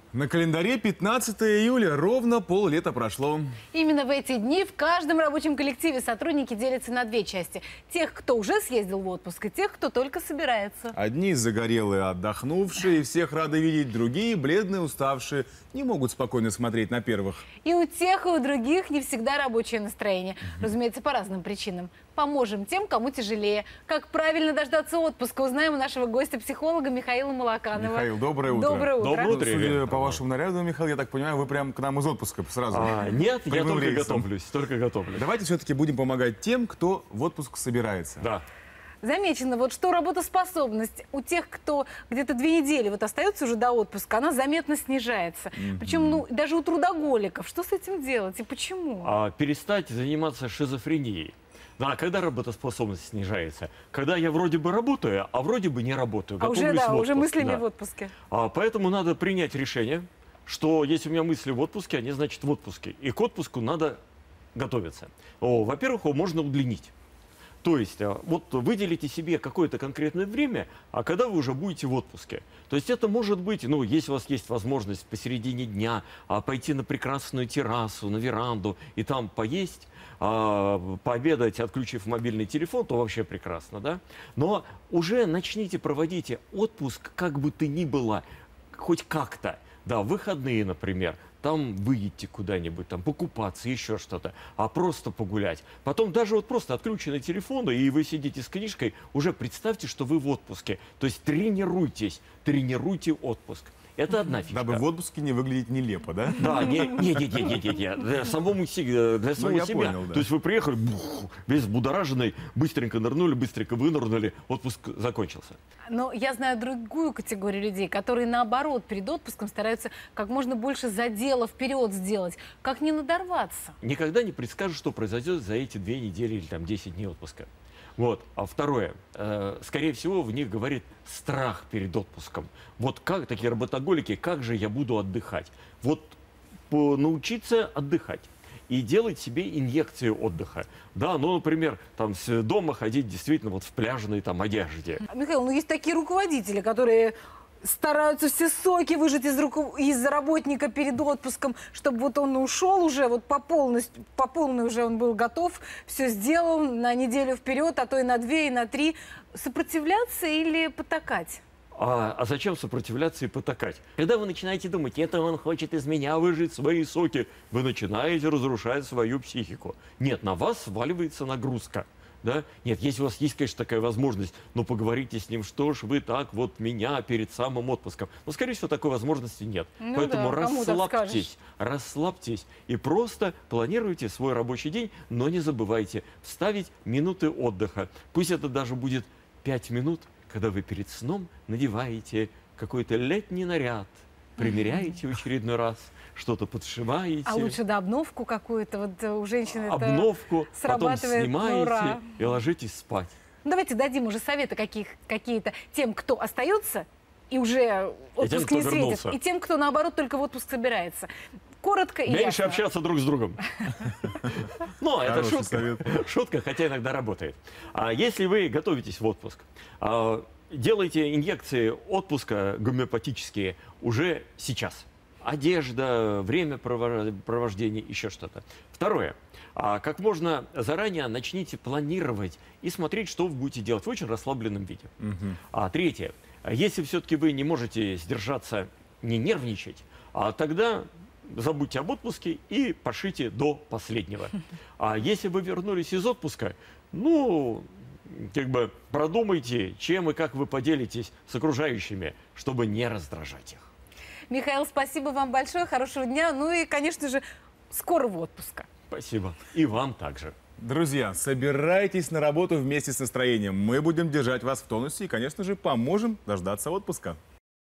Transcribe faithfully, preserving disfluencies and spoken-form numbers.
На календаре пятнадцатое июля, ровно поллета прошло. Именно в эти дни в каждом рабочем коллективе сотрудники делятся на две части. Тех, кто уже съездил в отпуск, и тех, кто только собирается. Одни загорелые, отдохнувшие, всех рады видеть, другие бледные, уставшие, не могут спокойно смотреть на первых. И у тех, и у других не всегда рабочее настроение. Разумеется, по разным причинам. Поможем тем, кому тяжелее. Как правильно дождаться отпуска, узнаем у нашего гостя-психолога Михаила Малаканова. Михаил, доброе утро. Доброе утро. Доброе утро. Судя по вашему наряду, Михаил, я так понимаю, вы прям к нам из отпуска сразу. А, нет, я Прямым только рейсом. готовлюсь, только готовлюсь. Давайте все-таки будем помогать тем, кто в отпуск собирается. Да. Замечено, вот что работоспособность у тех, кто где-то две недели вот остается уже до отпуска, она заметно снижается. Причем, ну, даже у трудоголиков. Что с этим делать и почему? А, перестать заниматься шизофренией. Да, когда работоспособность снижается? Когда я вроде бы работаю, а вроде бы не работаю. А уже, готовлюсь да, в уже отпуск, мыслями да. в отпуске. А, поэтому надо принять решение, что если у меня мысли в отпуске, они значит в отпуске. И к отпуску надо готовиться. О, во-первых, его можно удлинить. То есть, а, вот выделите себе какое-то конкретное время, а когда вы уже будете в отпуске. То есть это может быть, ну, если у вас есть возможность посередине дня а, пойти на прекрасную террасу, на веранду и там поесть, а, пообедать, отключив мобильный телефон, то вообще прекрасно, да? Но уже начните проводить отпуск как бы то ни было, хоть как-то. Да, выходные, например. Там выйти куда-нибудь, там покупаться, еще что-то, а просто погулять. Потом даже вот просто отключены телефоны, и вы сидите с книжкой, уже представьте, что вы в отпуске. То есть тренируйтесь, тренируйте отпуск. Это одна фишка. Дабы в отпуске не выглядеть нелепо, да? Да, не, не, не, не, не, не, не. Для самому себе, для самого я себя. понял, да. То есть вы приехали, бух, весь будораженный, быстренько нырнули, быстренько вынырнули, отпуск закончился. Но я знаю другую категорию людей, которые, наоборот, перед отпуском стараются как можно больше задела вперед сделать. Как не надорваться? Никогда не предскажешь, что произойдет за эти две недели или там десять дней отпуска. Вот. А второе, э, скорее всего, в них говорит страх перед отпуском. Вот как, такие работоголики, как же я буду отдыхать? Вот по- научиться отдыхать и делать себе инъекцию отдыха. Да, ну, например, там с дома ходить действительно вот в пляжной там одежде. Михаил, ну есть такие руководители, которые стараются все соки выжать из, руку... из работника перед отпуском, чтобы вот он ушел уже, вот по, полностью, по полной уже он был готов, все сделал на неделю вперед, а то и на две, и на три. Сопротивляться или потакать? А, а зачем сопротивляться и потакать? Когда вы начинаете думать, это он хочет из меня выжать свои соки, вы начинаете разрушать свою психику. Нет, на вас сваливается нагрузка. Да? Нет, если у вас есть, конечно, такая возможность, но поговорите с ним, что ж вы так вот меня перед самым отпуском. Но, скорее всего, такой возможности нет. Ну Поэтому да, кому так скажешь? расслабьтесь, расслабьтесь и просто планируйте свой рабочий день, но не забывайте вставить минуты отдыха. Пусть это даже будет пять минут, когда вы перед сном надеваете какой-то летний наряд, примеряете в очередной раз, что-то подшиваете. А лучше да обновку какую-то, вот у женщины это Обновку, потом срабатывает на снимаете ура. и ложитесь спать. Ну, давайте дадим уже советы каких, какие-то тем, кто остается и уже отпуск кто не светит, вернулся. и тем, кто, наоборот, только в отпуск собирается. Коротко и Меньше ясно. общаться друг с другом. Ну, это Хороший шутка. совет. Шутка, хотя иногда работает. А если вы готовитесь в отпуск, а, делайте инъекции отпуска гомеопатические уже сейчас. Одежда, время провож- провождения, еще что-то. Второе. А, как можно заранее начните планировать и смотреть, что вы будете делать в очень расслабленном виде. А третье. Если все-таки вы не можете сдержаться, не нервничать, а тогда забудьте об отпуске и пошите до последнего. А если вы вернулись из отпуска, ну, как бы продумайте, чем и как вы поделитесь с окружающими, чтобы не раздражать их. Михаил, спасибо вам большое, хорошего дня. Ну и, конечно же, скорого отпуска. Спасибо. И вам также. Друзья, собирайтесь на работу вместе с настроением. Мы будем держать вас в тонусе и, конечно же, поможем дождаться отпуска.